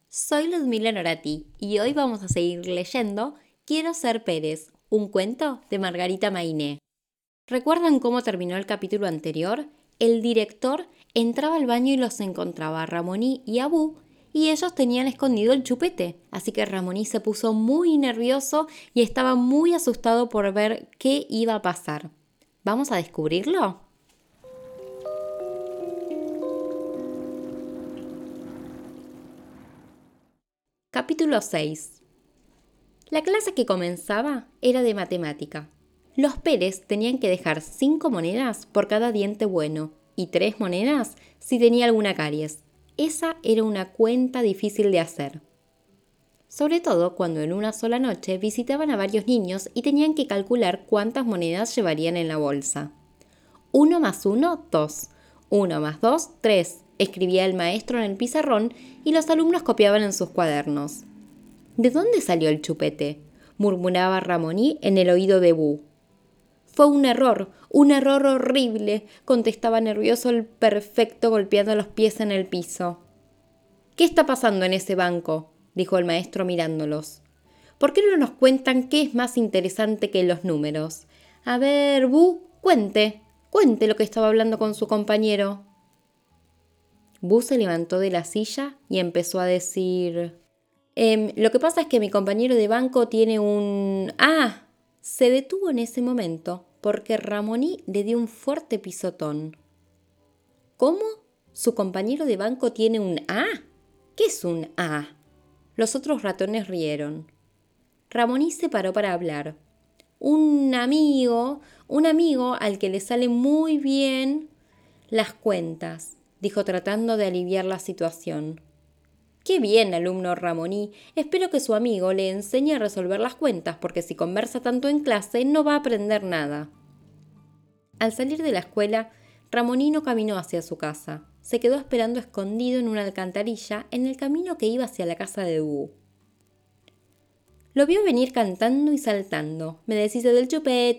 Soy Ludmila Norati y hoy vamos a seguir leyendo Quiero ser Pérez, un cuento de Margarita Mainé. ¿Recuerdan cómo terminó el capítulo anterior? El director entraba al baño y los encontraba a Ramoní y a Bú y ellos tenían escondido el chupete, así que Ramoní se puso muy nervioso y estaba muy asustado por ver qué iba a pasar. ¿Vamos a descubrirlo? Capítulo 6. La clase que comenzaba era de matemática. Los Pérez tenían que dejar 5 monedas por cada diente bueno y 3 monedas si tenía alguna caries. Esa era una cuenta difícil de hacer. Sobre todo cuando en una sola noche visitaban a varios niños y tenían que calcular cuántas monedas llevarían en la bolsa. 1 más 1, 2. 1 más 2, 3. Escribía el maestro en el pizarrón y los alumnos copiaban en sus cuadernos. ¿De dónde salió el chupete?, murmuraba Ramoní en el oído de Bú. Fue un error horrible, contestaba nervioso el perfecto golpeando los pies en el piso. ¿Qué está pasando en ese banco?, dijo el maestro mirándolos. ¿Por qué no nos cuentan qué es más interesante que los números? A ver, Bú, cuente lo que estaba hablando con su compañero. Bú se levantó de la silla y empezó a decir: lo que pasa es que mi compañero de banco tiene un... ¡Ah! Se detuvo en ese momento porque Ramoní le dio un fuerte pisotón. ¿Cómo? ¿Su compañero de banco tiene un A? ¿Qué es un A? Los otros ratones rieron. Ramoní se paró para hablar. Un amigo al que le sale muy bien las cuentas, dijo tratando de aliviar la situación. ¡Qué bien, alumno Ramoní! Espero que su amigo le enseñe a resolver las cuentas, porque si conversa tanto en clase no va a aprender nada. Al salir de la escuela, Ramoní no caminó hacia su casa. Se quedó esperando escondido en una alcantarilla en el camino que iba hacia la casa de Bú. Lo vio venir cantando y saltando. Me deshice del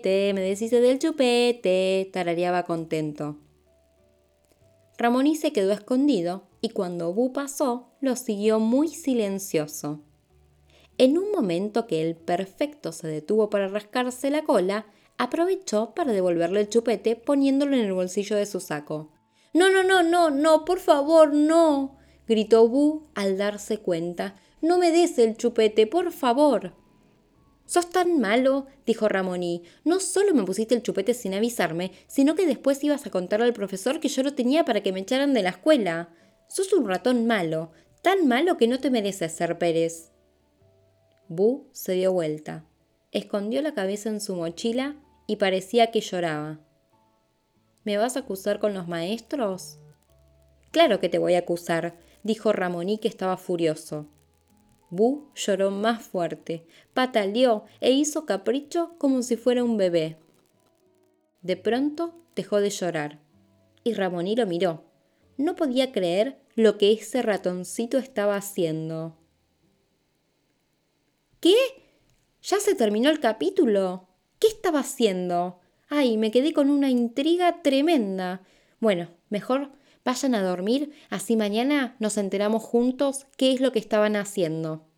chupete, tarareaba contento. Ramoní se quedó escondido y cuando Bú pasó, lo siguió muy silencioso. En un momento que el perfecto se detuvo para rascarse la cola, aprovechó para devolverle el chupete poniéndolo en el bolsillo de su saco. No, por favor, no, gritó Bú al darse cuenta. No me des el chupete, por favor. «Sos tan malo», dijo Ramoní. «No solo me pusiste el chupete sin avisarme, sino que después ibas a contarle al profesor que yo lo tenía para que me echaran de la escuela. Sos un ratón malo, tan malo que no te mereces ser Pérez». Bú se dio vuelta, escondió la cabeza en su mochila y parecía que lloraba. «¿Me vas a acusar con los maestros?» «Claro que te voy a acusar», dijo Ramoní, que estaba furioso. Bú lloró más fuerte, pataleó e hizo capricho como si fuera un bebé. De pronto dejó de llorar y Ramoní lo miró. No podía creer lo que ese ratoncito estaba haciendo. ¿Qué? ¿Ya se terminó el capítulo? ¿Qué estaba haciendo? Ay, me quedé con una intriga tremenda. Bueno, mejor vayan a dormir, así mañana nos enteramos juntos qué es lo que estaban haciendo.